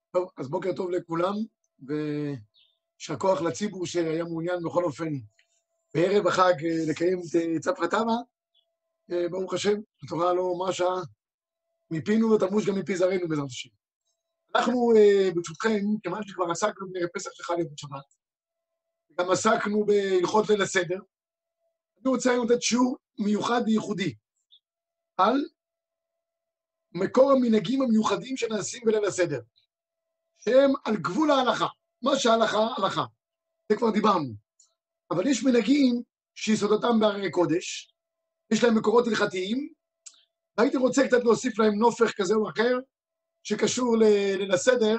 טוב, אז בוקר טוב לכולם, ויישר כוח לציבור שהיה מעוניין בכל אופן בערב החג לקיים את צפרא טבא. ברוך השם, התורה לא משה מפינו ותלמוד גם מפי זרענו בעזרת השם. אנחנו ברשותכם, כיוון שכבר עסקנו בפסח שחל יום שבת, גם עסקנו בהלכות ליל הסדר, אני רוצה היום לתת שיעור מיוחד וייחודי על מקור המנהגים המיוחדים שנעשים בליל הסדר, שהם על גבול ההלכה. מה שההלכה, הלכה. זה כבר דיברנו. אבל יש מנהגים שיסודותם בהרי קודש, יש להם מקורות הלכתיים, והייתי רוצה קצת להוסיף להם נופך כזה או אחר, שקשור לליל הסדר,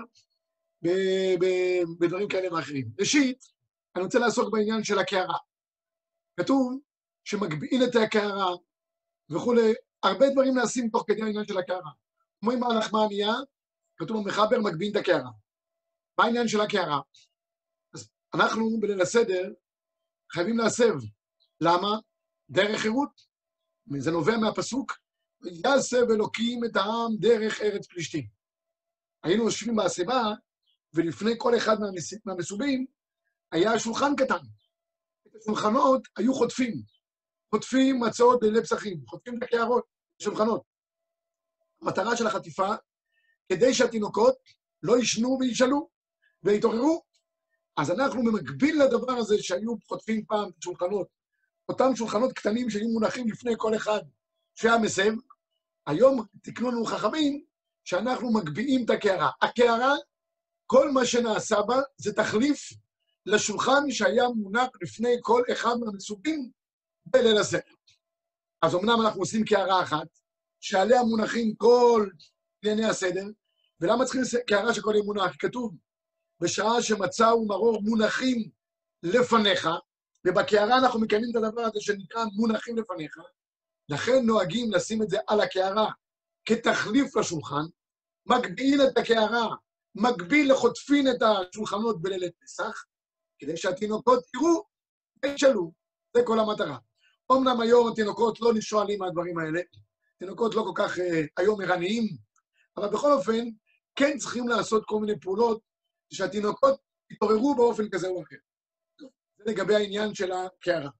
בדברים כאלה ואחרים. ראשית, אני רוצה לעסוק בעניין של הקערה. כתוב שמגביהים את הקערה וכולי, הרבה דברים נעשים תוך כדי העניין של הקערה. כמו עם הלחמניה, כתוב במחבר מגביהים את הקערה. מה העניין של הקערה? אז אנחנו בליל הסדר חייבים להסב. למה? דרך חירות. זה נובע מהפסוק, ויסב אלוקים את העם דרך ארץ פלישתים. היינו יושבים בהסבה, ולפני כל אחד מהמסובים היה שולחן קטן. את השולחנות היו חוטפים מצות בליל פסחים, חוטפים את הקערות, שולחנות. המטרה של החטיפה, כדי שהתינוקות לא ישנו וישאלו והתעוררו. אז אנחנו במקביל לדבר הזה שהיו חוטפים פעם את שולחנות, אותם שולחנות קטנים שהיו מונחים לפני כל אחד שהיה מסב, היום תקנו לנו חכמים שאנחנו מגביהים את הקערה. הקערה, כל מה שנעשה בה זה תחליף לשולחן שהיה מונח לפני כל אחד מהמסובים בליל הסדר. אז אמנם אנחנו עושים קערה אחת, שעליה מונחים כל ענייני הסדר, ולמה צריכים קערה שכל יהיה מונח? כתוב, בשעה שמצה ומרור מונחים לפניך, ובקערה אנחנו מקיימים את הדבר הזה שנקרא מונחים לפניך, לכן נוהגים לשים את זה על הקערה כתחליף לשולחן, מגביהים את הקערה, מגביל לחוטפין את השולחנות בליל פסח, כדי שהתינוקות יראו וישאלו, זה כל המטרה. אמנם היום התינוקות לא שואלים מהדברים האלה, תינוקות לא כל כך היום ערניים, אבל בכל אופן כן צריכים לעשות כל מיני פעולות שהתינוקות יתעוררו באופן כזה או אחר. זה לגבי העניין של הקערה.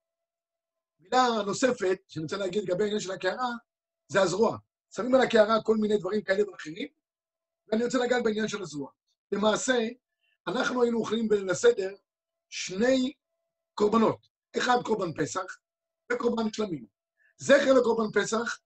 מילה נוספת שאני רוצה להגיד לגבי העניין של הקערה, זה הזרוע. שמים על הקערה כל מיני דברים כאלה ואחרים, ואני רוצה לגעת בעניין של הזרוע. למעשה, אנחנו היינו אוכלים בליל הסדר שני קורבנות. אחד קורבן פסח וקורבן שלמים. זכר לקורבן פסח,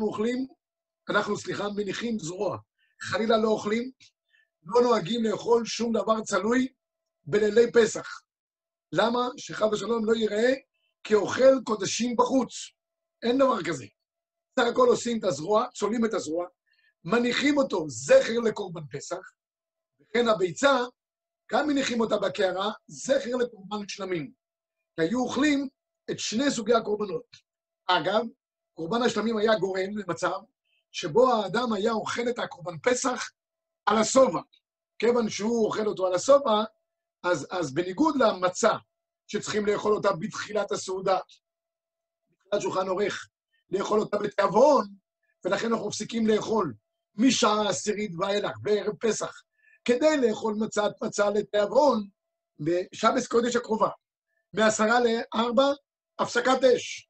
אנחנו מניחים זרוע. חלילה לא אוכלים, לא נוהגים לאכול שום דבר צלוי בלילי פסח. למה? שחד ושלום לא ייראה כאוכל קודשים בחוץ. אין דבר כזה. סך הכל עושים את הזרוע, צולים את הזרוע, מניחים אותו זכר לקורבן פסח, וכן הביצה, גם מניחים אותה בקערה, זכר לקורבן שלמים. היו אוכלים את שני סוגי הקורבנות. אגב, קורבן השלמים היה גורם למצב שבו האדם היה אוכל את הקורבן פסח על הסובה. כיוון שהוא אוכל אותו על הסובה, אז בניגוד למצה, שצריכים לאכול אותה בתחילת הסעודה, בתחילת שולחן עורך, לאכול אותה בתיאבון, ולכן אנחנו מפסיקים לאכול משעה עשירית ואילך, בערב פסח, כדי לאכול מצה לתיאבון בשבת קודש הקרובה. מ15:50, הפסקת אש.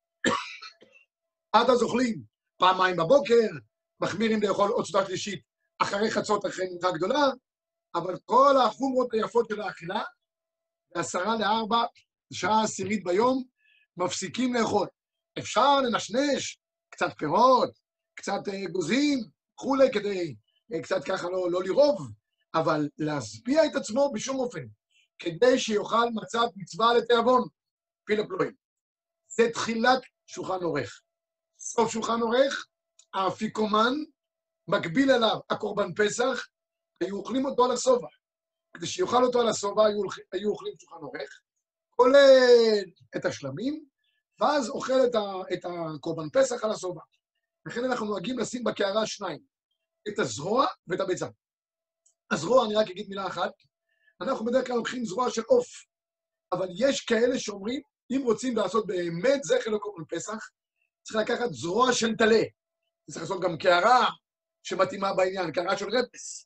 עד אז אוכלים פעמיים בבוקר, מחמירים לאכול עוד סעודה שלישית אחרי חצות, אחרי מנחה גדולה, אבל כל החומרות היפות של האכילה, ב15:50, שעה עשירית ביום, מפסיקים לאכול. אפשר לנשנש קצת פירות, קצת גוזים, כולי, כדי קצת ככה לא לרוב, אבל להשביע את עצמו בשום אופן, כדי שיוכל מצת מצווה לתיאבון, פיל הפלואים. זה תחילת שולחן עורך. סוף שולחן עורך, האפיקומן, מקביל אליו הקורבן פסח, היו אוכלים אותו על הסובה. כדי שיוכל אותו על הסובה, היו אוכלים שולחן עורך, כולל את השלמים, ואז אוכל את הקורבן פסח על הסובה. לכן אנחנו נוהגים לשים בקערה שניים, את הזרוע ואת הביצה. הזרוע, אני רק אגיד מילה אחת, אנחנו בדרך כלל לוקחים זרוע של עוף, אבל יש כאלה שאומרים, אם רוצים לעשות באמת זכר לקורבן פסח, צריך לקחת זרוע של טלה. צריך לעשות גם קערה שמתאימה בעניין, קערה של רפס.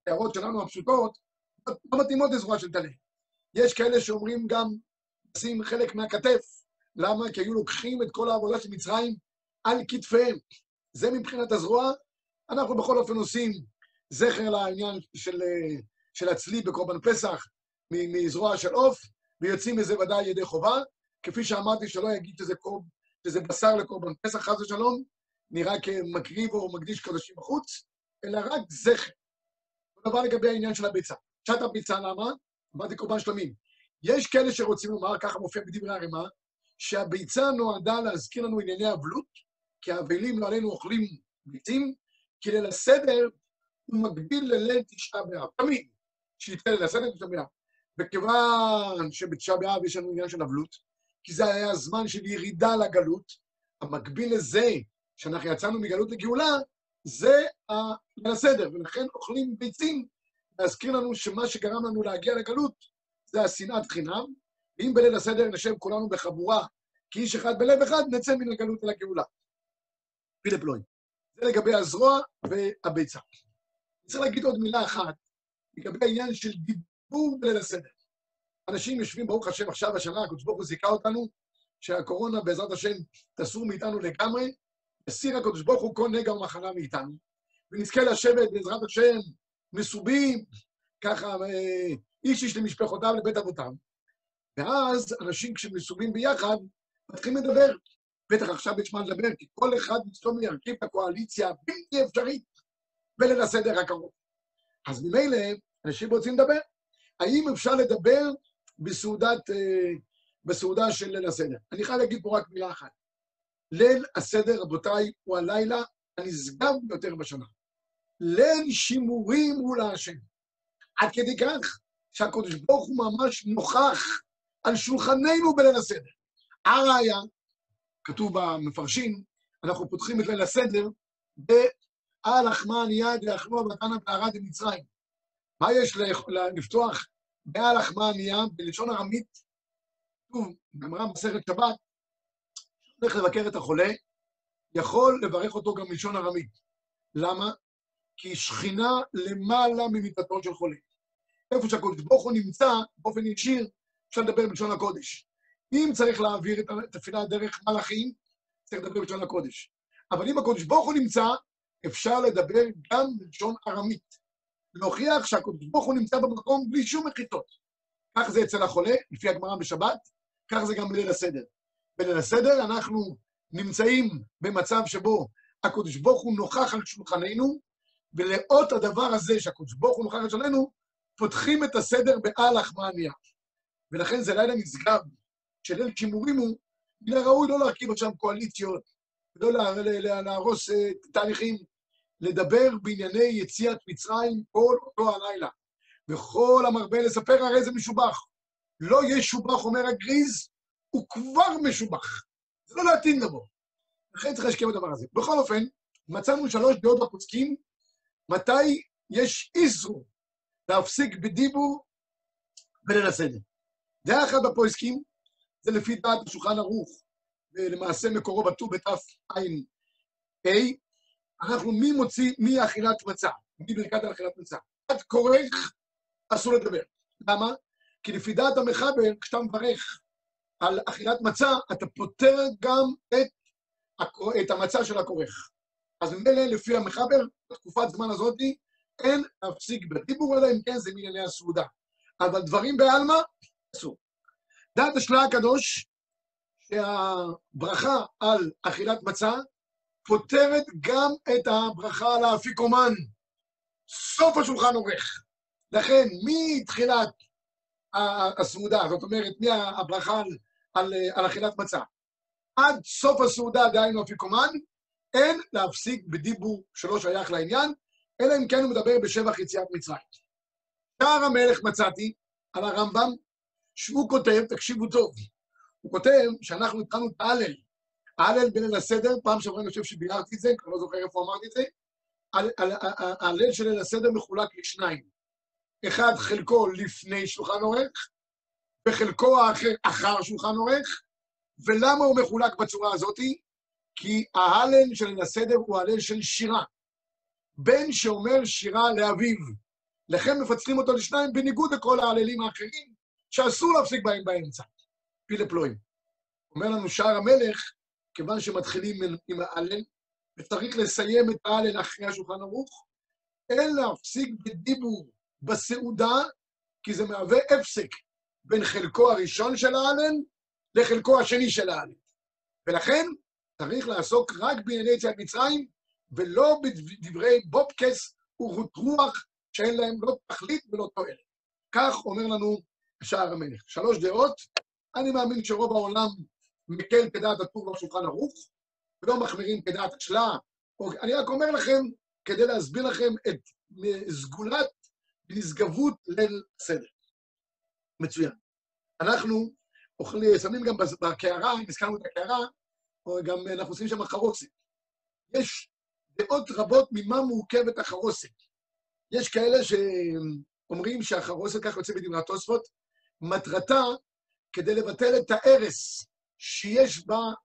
ההערות שלנו הפשוטות, לא מתאימות לזרוע של טלה. יש כאלה שאומרים גם, לשים חלק מהכתף. למה? כי היו לוקחים את כל העבודה של מצרים על כתפיהם. זה מבחינת הזרוע. אנחנו בכל אופן עושים זכר לעניין של הצלי בקורבן פסח, מזרוע של עוף, ויוצאים מזה ודאי ידי חובה. כפי שאמרתי, שלא יגיד שזה בשר לקורבן פסח, חס ושלום, נראה כמקריב או מקדיש קודשים בחוץ, אלא רק זכר. דבר לגבי העניין של הביצה. פשט הביצה, למה? אמרתי קורבן שלמים. יש כאלה שרוצים לומר, ככה מופיע בדברי הרימה, שהביצה נועדה להזכיר לנו ענייני אבלות, כי האבלים לא עלינו אוכלים ביצים, כי ליל הסדר הוא מקביל לליל תשעה באב. תמיד, שיתקל ליל הסדר תשעה באב. וכיוון שבתשעה באב יש לנו עניין של אבלות, כי זה היה הזמן של ירידה לגלות, המקביל לזה שאנחנו יצאנו מגלות לגאולה, זה ליל הסדר, ולכן אוכלים ביצים, להזכיר לנו שמה שגרם לנו להגיע לגלות, זה השנאת חינם, ואם בליל הסדר נשב כולנו בחבורה, כי איש אחד בלב אחד, נצא מן הגלות אל הגאולה. פילה פלוי. זה לגבי הזרוע והביצה. אני צריך להגיד עוד מילה אחת, לגבי העניין של דיבור בליל הסדר. אנשים יושבים, ברוך השם, עכשיו השנה, הקדוש ברוך הוא זיכה אותנו, שהקורונה בעזרת השם תסור מאיתנו לגמרי, יסיר הקדוש ברוך הוא כל נגע ומחלה מאיתנו, ונזכה לשבת בעזרת השם מסובים, ככה איש למשפחותיו לבית אבותם, ואז אנשים כשמסובים ביחד, מתחילים לדבר. בטח עכשיו יש מה לדבר, כי כל אחד מסתום ירכיב את הקואליציה בלתי אפשרית, בליל הסדר הקרוב. אז ממילא, אנשים רוצים לדבר. האם אפשר לדבר בסעודה של ליל הסדר? אני חייב להגיד פה רק מילה אחת. ליל הסדר, רבותיי, הוא הלילה הנשגב ביותר בשנה. ליל שימורים הוא להשם. עד כדי כך שהקדוש ברוך הוא ממש נוכח על שולחננו בליל הסדר. הראיה, כתוב במפרשים, אנחנו פותחים את ליל הסדר, בעל לחמן יד לאכלו אבתנה בערד במצרים. מה יש לפתוח בעל לחמן יד בלשון ארמית? כתוב, גמרא מסכת שבת, הולך לבקר את החולה, יכול לברך אותו גם בלשון ארמית. למה? כי שכינה למעלה ממיטתו של חולה. איפה שהקדוש ברוך הוא נמצא, באופן ישיר, אפשר לדבר בלשון הקודש. אם צריך להעביר את התפילה דרך מלאכים, צריך לדבר בלשון הקודש. אבל אם הקדוש ברוך הוא נמצא, אפשר לדבר גם בלשון ארמית. להוכיח שהקדוש ברוך הוא נמצא במקום בלי שום מחיתות. כך זה אצל החולה, לפי הגמרא בשבת, כך זה גם בליל הסדר. בליל הסדר אנחנו נמצאים במצב שבו הקדוש ברוך הוא נוכח על שולחננו, ולאות הדבר הזה שהקדוש ברוך הוא נוכח על שולחננו, פותחים את הסדר בעל לחמן יד. ולכן זה לילה נשגב, שליל שימורים הוא, מן הראוי לא להרכיב עכשיו קואליציות, לא להרוס תהליכים, לדבר בענייני יציאת מצרים כל אותו הלילה. וכל המרבה לספר הרי זה משובח. לא ישובח, אומר הגריז, הוא כבר משובח. זה לא להתאים לבו. לכן צריך להשקיע בדבר הזה. בכל אופן, מצאנו 3 דעות בפוסקים, מתי יש איסור להפסיק בדיבור בליל הסדר. דעה אחת בפוסקים, זה לפי דעת השולחן ערוך, ולמעשה מקורו בט"ו בת"ע, אנחנו מי אכילת מצה, מי ברכת על אכילת מצה. עד כורך אסור לדבר. למה? כי לפי דעת המחבר, כשאתה מברך על אכילת מצה, אתה פותר גם את המצה של הכורך. אז ממילא לפי המחבר, בתקופת זמן הזאת, אין להפסיק בדיבור, אלא אם כן זה מענייני הסעודה. אבל דברים בעלמא, אסור. דעת השלה הקדוש, שהברכה על אכילת מצה, פותרת גם את הברכה על האפיקומן. סוף השולחן עורך. לכן, מתחילת הסעודה, זאת אומרת, מהברכה על אכילת מצה, עד סוף הסעודה, דהיינו אפיקומן, אין להפסיק בדיבור שלא שייך לעניין, אלא אם כן הוא מדבר בשבח יציאת מצרים. שער המלך מצאתי על הרמב"ם, שהוא כותב, תקשיבו טוב, הוא כותב שאנחנו התחלנו את ההלל. ההלל בליל הסדר, פעם שעברה אני חושב שביארתי את זה, אני לא זוכר איפה אמרתי את זה, ההלל של ליל הסדר מחולק לשניים. אחד חלקו לפני שולחן עורך, וחלקו האחר אחר שולחן עורך, ולמה הוא מחולק בצורה הזאת? כי ההלל של ליל הסדר הוא ההלל של שירה. בן שאומר שירה לאביו, לכן מפצלים אותו לשניים, בניגוד לכל ההללים האחרים, שאסור להפסיק בהם באמצע. פילה פלואים. אומר לנו שער המלך, כיוון שמתחילים עם ההלל, וצריך לסיים את ההלל אחרי השולחן ערוך, אין להפסיק בדיבור בסעודה, כי זה מהווה הפסק בין חלקו הראשון של ההלל לחלקו השני של ההלל. ולכן צריך לעסוק רק בענייני יציאת מצרים, ולא בדברי בובקס ורות רוח שאין להם לא תכלית ולא תועלת. כך אומר לנו שער המלך. 3 דעות, אני מאמין שרוב העולם מקל כדעת הטור בשולחן ערוך, ולא מחמירים כדעת השלה. אני רק אומר לכם, כדי להסביר לכם את סגולת נשגבות ליל הסדר. מצוין. אנחנו שמים גם בקערה, אם הזכרנו את הקערה, גם אנחנו עושים שם חרוסת. יש דעות רבות ממה מורכבת החרוסת. יש כאלה שאומרים שהחרוסת, כך יוצא בדברי התוספות, מטרתה כדי לבטל את ההרס שיש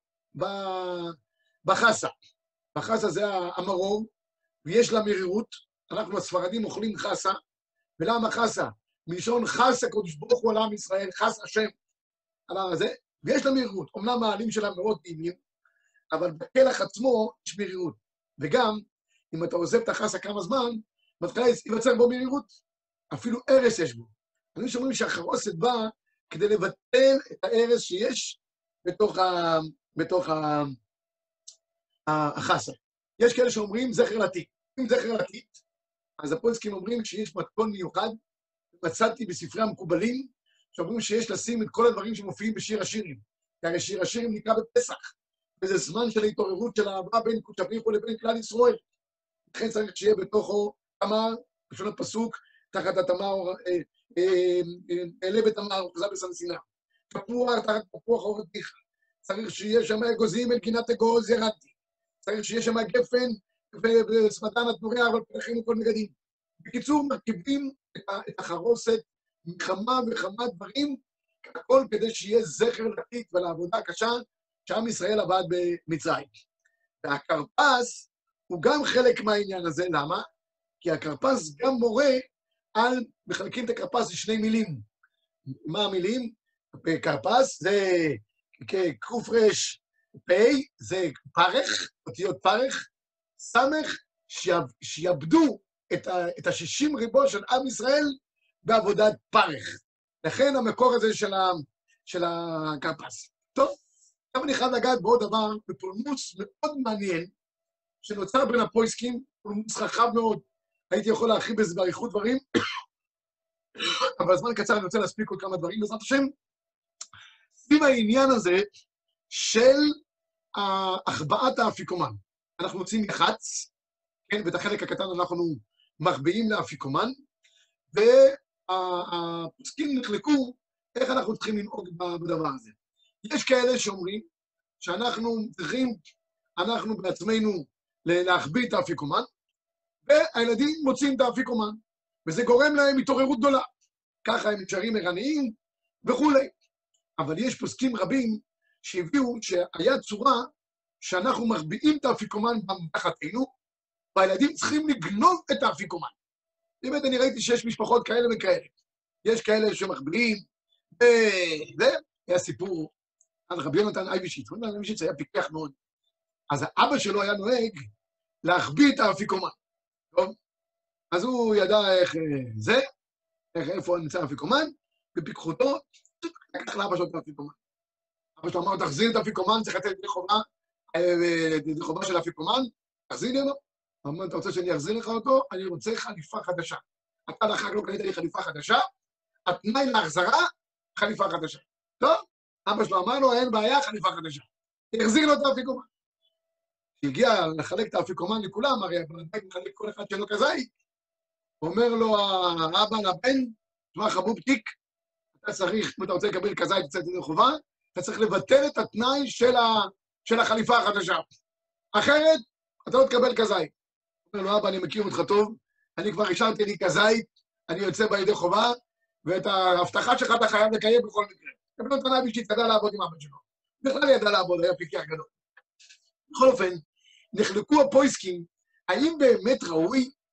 בחסה. בחסה זה המרור, ויש לה מרירות. אנחנו הספרדים אוכלים חסה, ולמה חסה? מלשון חס הקדוש ברוך הוא על עם ישראל, חס השם על הזה, ויש לה מרירות. אומנם העלים שלה מאוד טעימים, אבל בקלח עצמו יש מרירות. וגם, אם אתה עוזב את החסה כמה זמן, מתחילה להיווצר בו מרירות. אפילו הרס יש בו. אני שאומרים שהחרוסת באה כדי לבטל את ההרס שיש בתוך החסה. יש כאלה שאומרים זכר לתית. אם זכר לתית, אז הפוסקים אומרים שיש מתכון מיוחד, מצאתי בספרי המקובלים, שאומרים שיש לשים את כל הדברים שמופיעים בשיר השירים. כי הרי שיר השירים נקרא בפסח, וזה זמן של ההתעוררות של האהבה בין קודש בריחו לבין כלל ישראל. לכן צריך שיהיה בתוכו תמר, בשביל הפסוק, תחת התמר, אלה בתמר, וזה בסנסינה. תפוח, תחת תפוח אורתיך. צריך שיהיה שם אגוזים, אל גינת אגוז, ירדתי. צריך שיהיה שם גפן, ושפתן התנוריה, אבל פרחים וכל מגדים. בקיצור, מרכיבים את החרוסת מכמה וכמה דברים, הכל כדי שיהיה זכר לתיק ולעבודה הקשה שעם ישראל עבד במצרים. והכרפס הוא גם חלק מהעניין הזה, למה? כי הכרפס גם מורה על, מחלקים את הכרפס לשני מילים. מה המילים? כרפס זה כקוף רש פי, זה פרח, אותיות פרח, סמך, שיעבדו את ה-60 ריבו של עם ישראל בעבודת פרח. לכן המקור הזה של הכרפס. טוב, עכשיו אני חייב לגעת בעוד דבר, בפולמוס מאוד מעניין, שנוצר בין הפויסקים, פולמוס רחב מאוד, הייתי יכול להרחיב בזה באריכות דברים, אבל זמן קצר אני רוצה להספיק עוד כמה דברים, בעזרת השם, סביב העניין הזה של החבאת האפיקומן. אנחנו מוצאים יחץ, כן, ואת החלק הקטן אנחנו מחביאים לאפיקומן, והפוסקים נחלקו איך אנחנו צריכים לנהוג בדבר הזה. יש כאלה שאומרים שאנחנו צריכים, אנחנו בעצמנו להחביא את האפיקומן, והילדים מוצאים את האפיקומן, וזה גורם להם התעוררות גדולה. ככה הם נשארים ערניים וכולי. אבל יש פוסקים רבים שהביאו שהיה צורה שאנחנו מחביאים את האפיקומן במתחתנו, והילדים צריכים לגנוב את האפיקומן. באמת אני ראיתי שיש משפחות כאלה וכאלה. יש כאלה שמחביאים, וזה היה סיפור על רבי יונתן אייבשיץ. רבי יונתן אייבשיץ היה פיקח מאוד. אז האבא שלו היה נוהג להחביא את האפיקומן. טוב? אז הוא ידע איך זה, איפה נמצא האפיקומן, בפיקחותו, לקח לאבא שלו את האפיקומן. אבא שלו אמר, תחזיר את האפיקומן, צריך לתת ידי חובה של האפיקומן, תחזיר לי לו. הוא אומר, אתה רוצה שאני אחזיר לך אותו? אני רוצה חליפה חדשה. אתה לחג לא קנית לי חליפה חדשה, התנאי להחזרה, חליפה חדשה. טוב? אבא שלו אמר לו, אין בעיה, חליפה חדשה. החזיר לו את האפיקומן. כשהגיע לחלק את האפיקומן לכולם, הרי הבנתיים מחלק כל אחד שלו כזית. אומר לו, האבא לבן, תשמע חבוב תיק, אתה צריך, אם אתה רוצה לקבל כזית לצאת ידי חובה, אתה צריך לבטל את התנאי של החליפה החדשה. אחרת, אתה לא תקבל כזית. אומר לו, אבא, אני מכיר אותך טוב, אני כבר השארתי לי כזית, אני יוצא בידי חובה, ואת ההבטחה שלך אתה חייב לקיים בכל מקרה. רבי יונתן אייבשיץ ידע לעבוד עם אבא שלו. בכלל ידע לעבוד, היה פיקח גדול. בכל אופן, נחלקו הפויסקים, האם באמת ראוי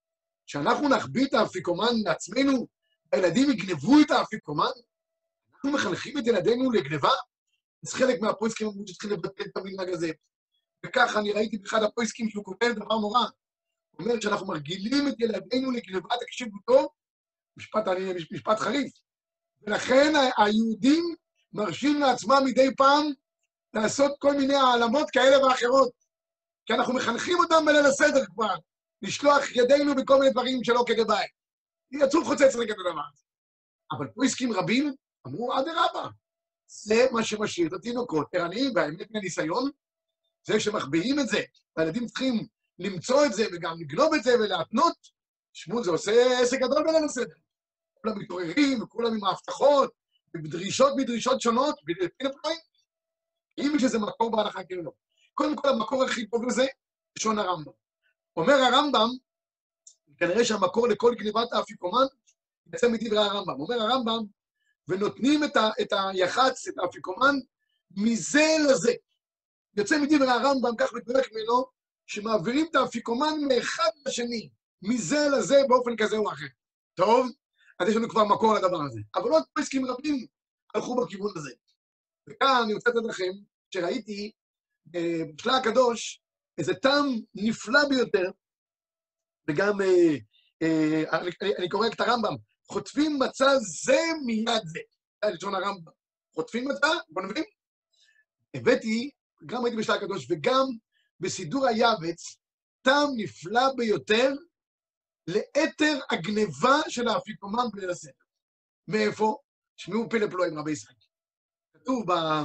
שאנחנו נחביא את האפיקומן לעצמנו, הילדים יגנבו את האפיקומן? אנחנו מחנכים את ילדינו לגנבה? אז חלק מהפויסקים אמרו שצריכים לבטל את המנהג הזה. וככה אני ראיתי באחד הפויסקים שהוא כותב דבר נורא. הוא אומר שאנחנו מרגילים את ילדינו לגנבה, תקשיבו טוב, משפט חריף. ולכן היהודים מרשים לעצמם מדי פעם לעשות כל מיני העלמות כאלה ואחרות. כי אנחנו מחנכים אותם בליל הסדר כבר, לשלוח ידינו בכל מיני דברים שלא כדבעי. יצאו חוצץ רגע את הדבר הזה. אבל פויסקים רבים אמרו, אדרבה, זה מה שמשאיר את התינוקות ערניים, והאמת מהניסיון, זה שמחביאים את זה, והילדים צריכים למצוא את זה וגם לגנוב את זה ולהתנות, תשמעו, זה עושה עסק גדול בליל הסדר. כולם מתעוררים, וכולם עם ההבטחות, ובדרישות מדרישות שונות, בלפלואים. אם יש איזה מקור בהלכה כאילו לא. קודם כל, המקור הכי טוב לזה, לשון הרמב"ם. אומר הרמב"ם, כנראה שהמקור לכל גניבת האפיקומן, יצא מדברי הרמב"ם. אומר הרמב"ם, ונותנים את היח"צ, את האפיקומן, מזה לזה. יוצא מדברי הרמב"ם, כך מתברק ממנו, שמעבירים את האפיקומן מאחד לשני, מזה לזה באופן כזה או אחר. טוב? אז יש לנו כבר מקור לדבר הזה. אבל עוד פסקים רבים הלכו בכיוון הזה. וכאן אני רוצה לתת לכם, שראיתי בשלה הקדוש, איזה טעם נפלא ביותר, וגם, אני קורא את הרמב"ם, חוטפים מצה זה מיד זה. זה לשון הרמב"ם. חוטפים מצה, בוא נבין? הבאתי, גם הייתי בשלה הקדוש, וגם בסידור היבץ, טעם נפלא ביותר, לאתר הגניבה של האפיקומן בליל הסדר. מאיפה? שמעו פלפלואים רבי ישראל. כתוב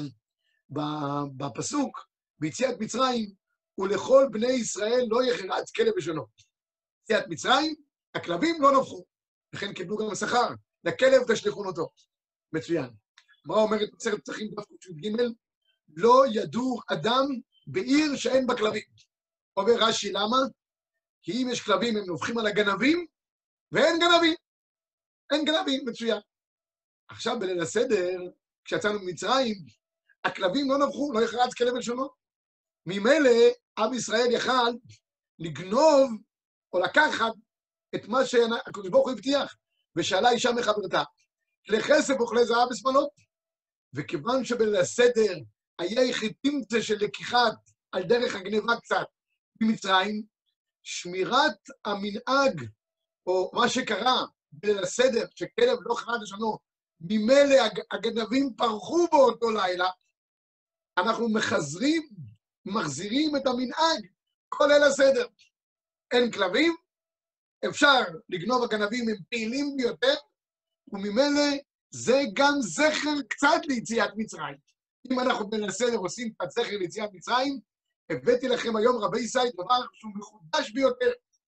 בפסוק, ביציאת מצרים, ולכל בני ישראל לא יחרץ כלב בשונו. ביציאת מצרים, הכלבים לא נופחו, לכן קיבלו גם שכר, לכלב תשליכון אותו. מצוין. מה אומרת מסכת פסחים דף ק"ג? לא ידור אדם בעיר שאין בה כלבים. אומר רש"י, למה? כי אם יש כלבים, הם נובחים על הגנבים, ואין גנבים. אין גנבים, מצוין. עכשיו, בליל הסדר, כשיצאנו ממצרים, הכלבים לא נובחו, לא יחרץ כלב בלשונו. ממילא, עם ישראל יכל לגנוב או לקחת את מה שהקדוש ברוך הוא הבטיח, ושאלה אישה מחברתה, כלי כסף וכלי זהב ושמלות. וכיוון שבליל הסדר היה יחיתימצה של לקיחת על דרך הגניבה קצת ממצרים, שמירת המנהג, או מה שקרה בליל הסדר, שכלב לא חרץ בלשונו, ממילא הגנבים פרחו באותו לילה, אנחנו מחזירים את המנהג כל ליל הסדר. אין כלבים, אפשר לגנוב, הגנבים הם פעילים ביותר, וממילא זה גם זכר קצת ליציאת מצרים. אם אנחנו בליל הסדר עושים קצת זכר ליציאת מצרים, הבאתי לכם היום רבי ישראל דבר שהוא מחודש ביותר.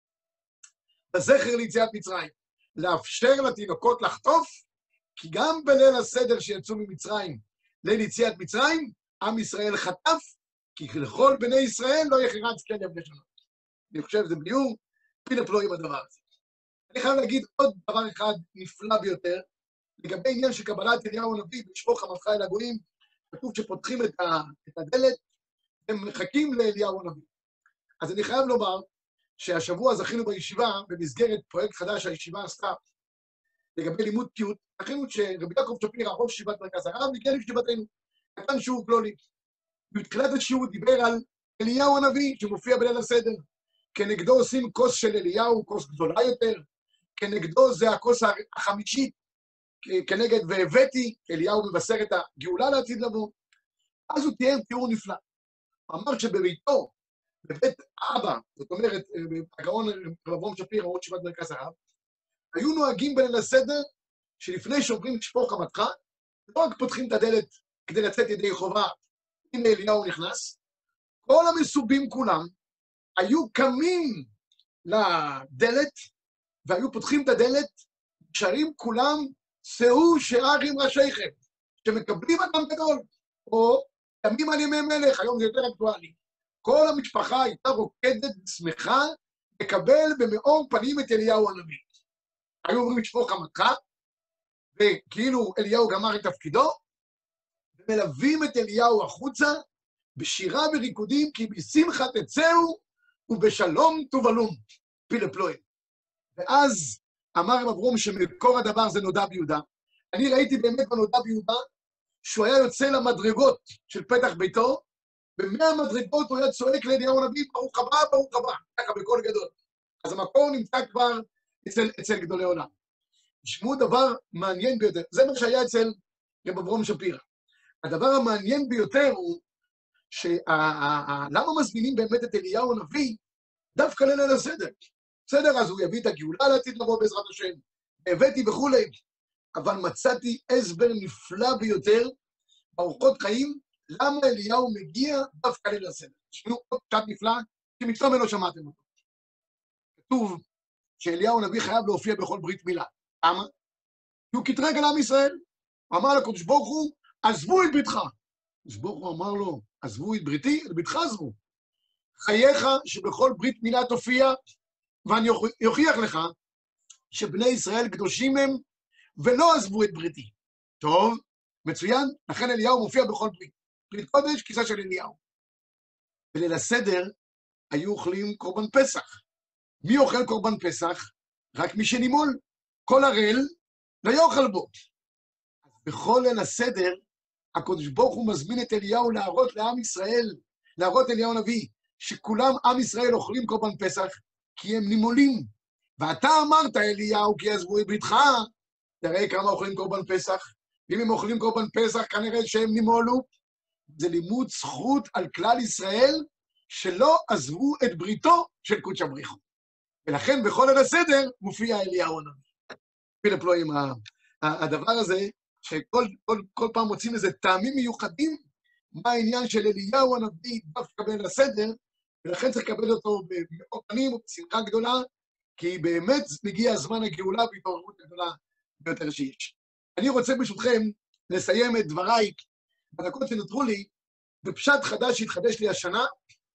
בזכר ליציאת מצרים, לאפשר לתינוקות לחטוף, כי גם בליל הסדר שיצאו ממצרים, ליל יציאת מצרים, עם ישראל חטף, כי לכל בני ישראל לא יחרץ כלב בלשונו. אני חושב שזה ביור פלפלואים הדבר הזה. אני חייב להגיד עוד דבר אחד נפלא ביותר, לגבי עניין של קבלת אליהו הנביא, בשפוך חמתך אל הגויים, כתוב שפותחים את הדלת, הם מחכים לאליהו הנביא. אז אני חייב לומר שהשבוע זכינו בישיבה, במסגרת פרויקט חדש שהישיבה עשתה, לגבי לימוד פיוט, זכינו שרבי יעקב שפירא, ראש ישיבת מרכז הרב, הגיע לישיבתנו, נתן שיעור כללי. בתחילת השיעור דיבר על אליהו הנביא, שמופיע בליל הסדר. כנגדו עושים כוס של אליהו, כוס גדולה יותר, כנגדו זה הכוס החמישית, כנגד והבאתי, אליהו מבשר את הגאולה לעתיד לבוא. אז הוא תיאר תיאור נפלא. הוא אמר שבביתו, בבית אבא, זאת אומרת, הגאון רב אברהם שפירא, ראש ישיבת מרכז הרב, היו נוהגים בליל הסדר, שלפני שאומרים שפוך חמתך, לא רק פותחים את הדלת כדי לצאת ידי חובה, הנה אליהו נכנס, כל המסובים כולם היו קמים לדלת, והיו פותחים את הדלת, שרים כולם, שאו שער עם ראשיכם, שמקבלים אדם גדול, או ימים על ימי מלך, היום זה יותר אקטואלי. כל המשפחה הייתה רוקדת ושמחה, לקבל במאור פנים את אליהו הנביא. היו אומרים שפוך חמתך, וכאילו אליהו גמר את תפקידו, ומלווים את אליהו החוצה, בשירה וריקודים, כי בשמחה תצאו, ובשלום תובלום. פלפלואים. ואז אמר רב אברום שמקור הדבר זה נודע ביהודה. אני ראיתי באמת בנודע ביהודה שהוא היה יוצא למדרגות של פתח ביתו, ב100 מדרגות הוא היה צועק לאליהו הנביא, ברוך הבא, ברוך הבא, ככה בקול גדול. אז המקור נמצא כבר אצל גדולי עולם. תשמעו דבר מעניין ביותר, זה מה שהיה אצל רב אברום שפירא. הדבר המעניין ביותר הוא למה מזמינים באמת את אליהו הנביא דווקא ליל הסדר? בסדר, אז הוא יביא את הגאולה לעתיד לבוא בעזרת השם, הבאתי וכולי, אבל מצאתי הסבר נפלא ביותר באורחות חיים, למה אליהו מגיע דווקא ליל הסדר. תשמעו עוד פשט נפלא, שמקצוע ממנו שמעתם אותו. כתוב שאליהו הנביא חייב להופיע בכל ברית מילה. למה? כי הוא קטרג על עם ישראל. הוא אמר לקדוש ברוך הוא, עזבו את ביתך. הקדוש ברוך הוא אמר לו, עזבו את בריתי, את ביתך עזבו. חייך שבכל ברית מילה תופיע, ואני אוכיח לך שבני ישראל קדושים הם, ולא עזבו את בריתי. טוב, מצוין, לכן אליהו מופיע בכל ברית. ברית קודש, כיסא של אליהו. בליל הסדר היו אוכלים קורבן פסח. מי אוכל קורבן פסח? רק מי שנימול. כל ערל לא יאכל בו. בכל ליל הסדר, הקדוש ברוך הוא מזמין את אליהו להראות לעם ישראל, להראות אליהו הנביא, שכולם עם ישראל אוכלים קורבן פסח, כי הם נימולים. ואתה אמרת, אליהו, כי עזבו את ביתך, תראה כמה אוכלים קורבן פסח. ואם הם אוכלים קורבן פסח, כנראה שהם נימולו. זה לימוד זכות על כלל ישראל, שלא עזבו את בריתו של קודש הבריחו. ולכן בכל ליל הסדר מופיע אליהו הנביא. פלפלואים, הדבר הזה, שכל פעם מוצאים איזה טעמים מיוחדים, מה העניין של אליהו הנביא דווקא בליל הסדר, ולכן צריך לקבל אותו במאות פנים ובשמחה גדולה, כי באמת מגיע הזמן הגאולה והתעוררות הגדולה ביותר שיש. אני רוצה ברשותכם לסיים את דבריי בדקות שנותרו לי, בפשט חדש שהתחדש לי השנה,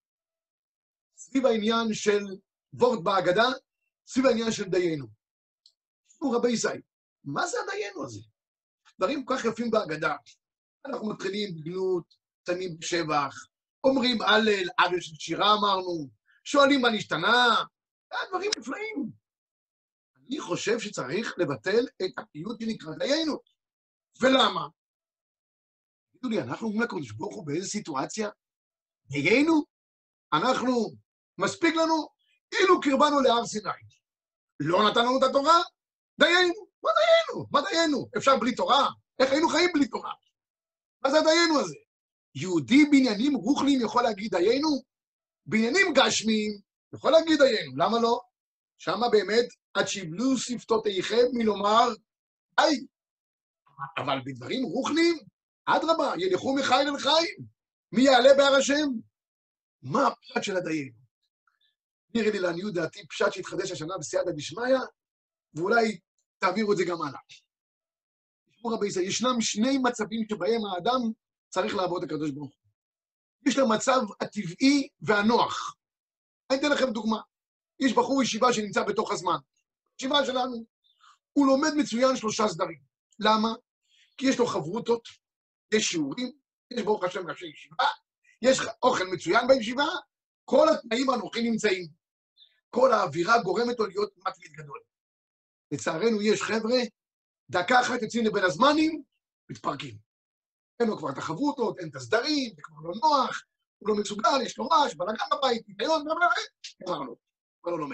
סביב העניין של וורט בהגדה, סביב העניין של דיינו. תשמעו רבי ישראל, מה זה הדיינו הזה? דברים כל כך יפים בהגדה. אנחנו מתחילים בגנות, צמים בשבח, אומרים הלל, הלל של שירה אמרנו, שואלים מה נשתנה, דברים נפלאים. אני חושב שצריך לבטל את הפיוט שנקרא דיינו. ולמה? תגידו לי, אנחנו אומרים לקדוש ברוך הוא באיזה סיטואציה? דיינו? אנחנו, מספיק לנו, אילו קרבנו להר סיני. לא נתן לנו את התורה? דיינו. מה דיינו? מה דיינו? אפשר בלי תורה? איך היינו חיים בלי תורה? מה זה הדיינו הזה? יהודי בעניינים רוחניים יכול להגיד דיינו? בעניינים גשמיים יכול להגיד דיינו, למה לא? שמה באמת, עד שיבלו שפתותיכם מלומר, היי, אבל בדברים רוחניים, אדרבה, ילכו מחיל אל חיל, מי יעלה בהר השם? מה הפשט של הדיינו? נראה לי לעניות דעתי פשט שהתחדש השנה בסייעתא דשמיא, ואולי תעבירו את זה גם הלאה. תשמעו רבי ישראל, ישנם שני מצבים שבהם האדם צריך לעבוד את הקדוש ברוך הוא. יש לו מצב הטבעי והנוח. אני אתן לכם דוגמה. יש בחור ישיבה שנמצא בתוך הזמן. ישיבה שלנו. הוא לומד מצוין 3 סדרים. למה? כי יש לו חברותות, יש שיעורים, יש ברוך השם ראשי ישיבה, יש אוכל מצוין בישיבה, כל התנאים הנוחים נמצאים. כל האווירה גורמת לו להיות מתמיד גדול. לצערנו יש חבר'ה, דקה אחת יוצאים לבין הזמנים, מתפרקים. אין לו כבר את החברותות, אין את הסדרים, זה כבר לא נוח, הוא לא מסוגל, יש לו רעש, בלגן בבית, ניקיון, כבר לא לומד.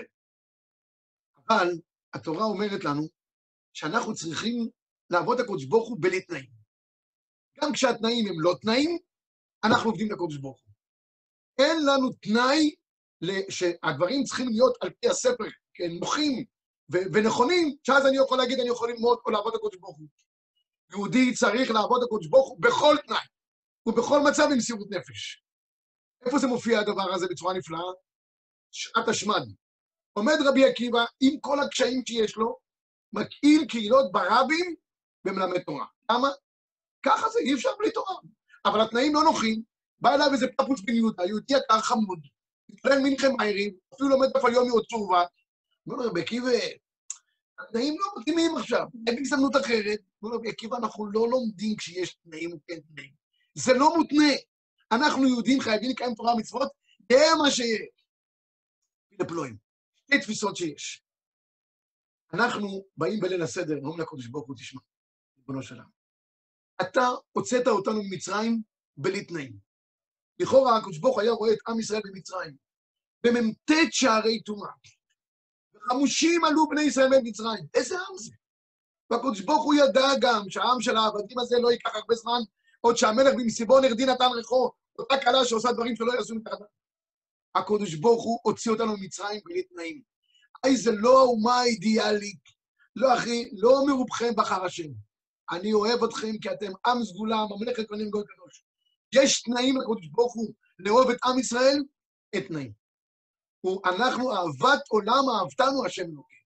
אבל התורה אומרת לנו שאנחנו צריכים לעבוד את הקדוש ברוך הוא בלי תנאים. גם כשהתנאים הם לא תנאים, אנחנו עובדים את הקדוש ברוך הוא. אין לנו תנאי שהדברים צריכים להיות על פי הספר, נוחים ונכונים, שאז אני יכול להגיד, אני יכול ללמוד או לעבוד את הקדוש ברוך הוא. יהודי צריך לעבוד את הקדוש ברוך הוא בכל תנאי, ובכל מצב עם מסירות נפש. איפה זה מופיע הדבר הזה בצורה נפלאה? שעת השמד. עומד רבי עקיבא עם כל הקשיים שיש לו, מקהיל קהילות ברבים ומלמד תורה. למה? ככה זה, אי אפשר בלי תורה. אבל התנאים לא נוחים, בא אליו איזה פפוס בן יהודה, יהודי יקר חמוד, מתפלל מנחם הערב, אפילו לומד בפליון מאוד צורבה, אומר לו, רבי עקיבא, התנאים לא מתאימים עכשיו, אין הזדמנות אחרת. אומר לו, רבי עקיבא, אנחנו לא לומדים כשיש תנאים וכן תנאים. זה לא מותנה. אנחנו יהודים חייבים לקיים תורה ומצוות, זה מה שיש. פלפלואים, 2 תפיסות שיש. אנחנו באים בליל הסדר, אומרים לקדוש ברוך הוא, תשמע, ריבונו שלנו, אתה הוצאת אותנו ממצרים בלי תנאים. לכאורה הקדוש ברוך הוא היה רואה את עם ישראל במצרים, במ"ט שערי טומאה. חמושים עלו בני ישראל ממצרים. איזה עם זה? והקדוש ברוך הוא ידע גם שהעם של העבדים הזה לא ייקח הרבה זמן, עוד שהמלך במסיבו נרדי נתן ריחו, אותה כלה שעושה דברים שלא יעשו מתחת. הקדוש ברוך הוא הוציא אותנו ממצרים בלי תנאים. זה לא האומה האידיאלית. לא אחי, לא מרובכם בחר השם. אני אוהב אתכם כי אתם עם סגולה, ממלכת כהנים גוי קדוש. יש תנאים לקדוש ברוך הוא לאהוב את עם ישראל, את תנאים. אנחנו אהבת עולם אהבתנו השם אלוקים.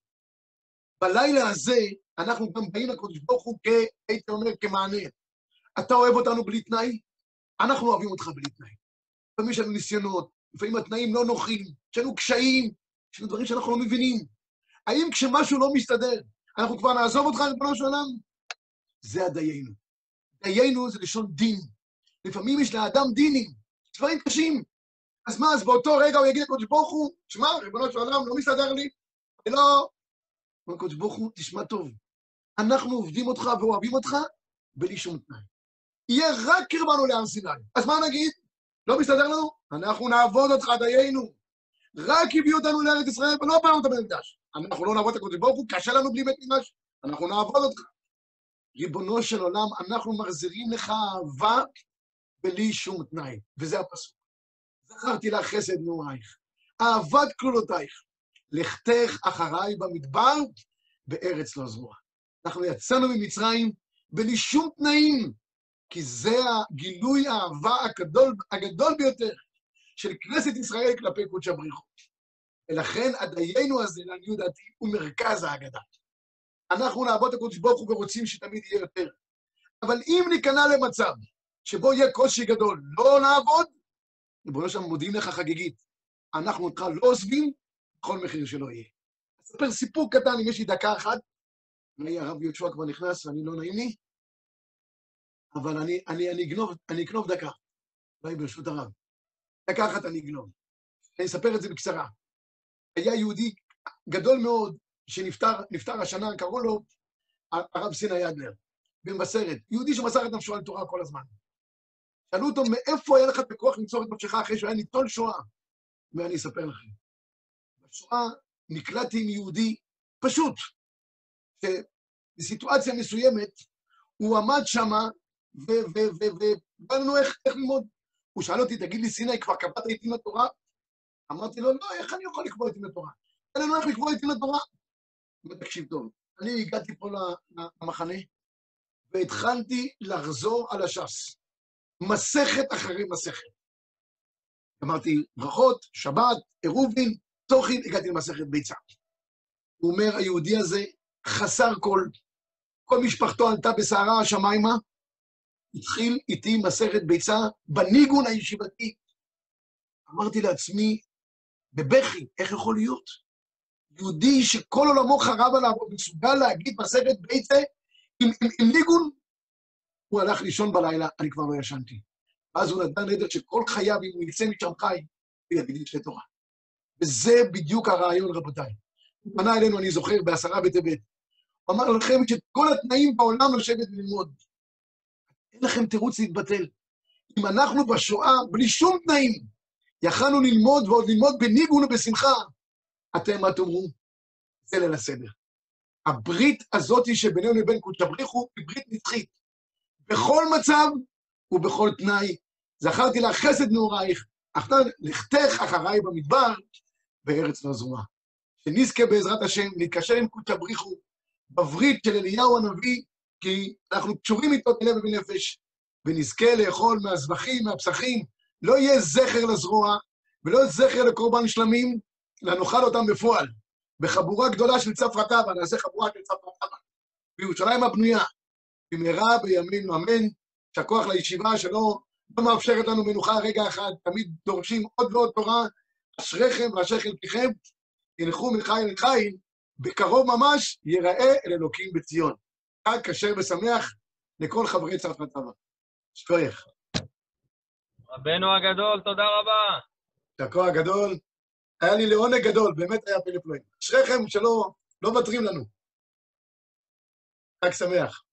בלילה הזה אנחנו גם באים לקדוש ברוך הוא הייתי אומר כמענה. אתה אוהב אותנו בלי תנאי? אנחנו אוהבים אותך בלי תנאי. לפעמים יש לנו ניסיונות, לפעמים התנאים לא נוחים, יש לנו קשיים, יש לנו דברים שאנחנו לא מבינים. האם כשמשהו לא מסתדר, אנחנו כבר נעזוב אותך ריבונו של עולם? זה הדיינו. דיינו זה לשון דין. לפעמים יש לאדם דינים, דברים קשים. אז מה, אז באותו רגע הוא יגיד לקדוש ברוך הוא, שמע, ריבונו של עולם, לא מסתדר לי, ולא... הקדוש ברוך הוא, תשמע טוב, אנחנו עובדים אותך ואוהבים אותך בלי שום תנאי. יהיה רק קרבנו להר סיני. אז מה נגיד? לא מסתדר לנו? אנחנו נעבוד אותך, דיינו. רק הביאו אותנו לארץ ישראל ולא פעם את בית המקדש. אנחנו לא נעבוד את הקדוש ברוך הוא, קשה לנו בלי בית המקדש, אנחנו נעבוד אותך. ריבונו של עולם, אנחנו מחזירים לך אהבה בלי שום תנאי, וזה הפסוק. זכרתי לך חסד נעורייך, אהבת כלולותייך, לכתך אחריי במדבר, בארץ לא זרועה. אנחנו יצאנו ממצרים בלי שום תנאים, כי זה הגילוי האהבה הגדול ביותר של כנסת ישראל כלפי קודש הבריחו. ולכן הדיינו הזה, לעניות דעתי, הוא מרכז ההגדה. אנחנו נעבוד את הקודש ברוך הוא ורוצים שתמיד יהיה יותר. אבל אם ניכנע למצב שבו יהיה קושי גדול, לא נעבוד, ריבונו שם מודיעים לך חגיגית, אנחנו אותך לא עוזבים, בכל מחיר שלא יהיה. אספר סיפור קטן, אם יש לי דקה אחת, הרב יהושע כבר נכנס ואני לא נעים לי, אבל אני אגנוב דקה, אולי ברשות הרב. דקה אחת אני אגנוב. אני אספר את זה בקצרה. היה יהודי גדול מאוד, שנפטר השנה, קראו לו הרב סיני אדלר, במבשרת, יהודי שמסר את נפשו על תורה כל הזמן. שאלו אותו, מאיפה היה לך את הכוח למצוא את נפשך אחרי שהוא היה ניטול שואה? ואני אספר לכם. בשואה נקלטתי עם יהודי פשוט, שבסיטואציה מסוימת, הוא עמד שמה, ובא לנו איך ללמוד. הוא שאל אותי, תגיד לי, סיני, כבר קבעת איתי לתורה? אמרתי לו, לא, איך אני יכול לקבוע איתי לתורה? אין לנו איך לקבוע איתי לתורה. תקשיב טוב, אני הגעתי פה למחנה, והתחלתי לחזור על הש"ס. מסכת אחרי מסכת. אמרתי, ברכות, שבת, עירובין, תוכן, הגעתי למסכת ביצה. הוא אומר, היהודי הזה חסר כל משפחתו עלתה בסערה השמיימה, התחיל איתי מסכת ביצה בניגון הישיבתי. אמרתי לעצמי, בבכי, איך יכול להיות? יהודי שכל עולמו חרב עליו, הוא מסוגל להגיד מסכת ביצה עם ניגון, הוא הלך לישון בלילה, אני כבר לא ישנתי. ואז הוא נתן נדר שכל חייו, אם הוא יצא משם חי, הוא יגיד שתי תורה. וזה בדיוק הרעיון, רבותיי. הוא פנה אלינו, אני זוכר, ב10 בטבת. הוא אמר לכם שכל התנאים בעולם לשבת וללמוד. אין לכם תירוץ להתבטל. אם אנחנו בשואה, בלי שום תנאים, יכלנו ללמוד ועוד ללמוד בניגון ובשמחה, אתם מה תאמרו? זה ליל הסדר. הברית הזאת שבינינו לבין קודש הבריחו היא ברית נצחית. בכל מצב ובכל תנאי, זכרתי לך חסד נעורייך, עכשיו לכתך אחריי במדבר, בארץ לא זרועה. שנזכה בעזרת השם, להתקשר עם קודש הבריחו, בברית של אליהו הנביא, כי אנחנו קשורים איתו בלב ובנפש, ונזכה לאכול מהזבחים, מהפסחים, לא יהיה זכר לזרוע, ולא זכר לקורבן שלמים, לנאכל אותם בפועל. בחבורה גדולה של צפרא טבא, נעשה חבורה של צפרא טבא. בירושלים הבנויה, במהרה בימינו אמן, שהכוח לישיבה שלא מאפשרת לנו מנוחה רגע אחד, תמיד דורשים עוד ועוד תורה, אשריכם ואשר חלקכם, ילכו מחיל לחיל, בקרוב ממש ייראה אל אלוקים בציון. חג כשר ושמח לכל חברי צפרא טבא. שכוייך. רבנו הגדול, תודה רבה. תקוע הגדול, היה לי לעונג גדול, באמת היה פלא פלאים. אשריכם שלא לא מוותרים לנו. חג שמח.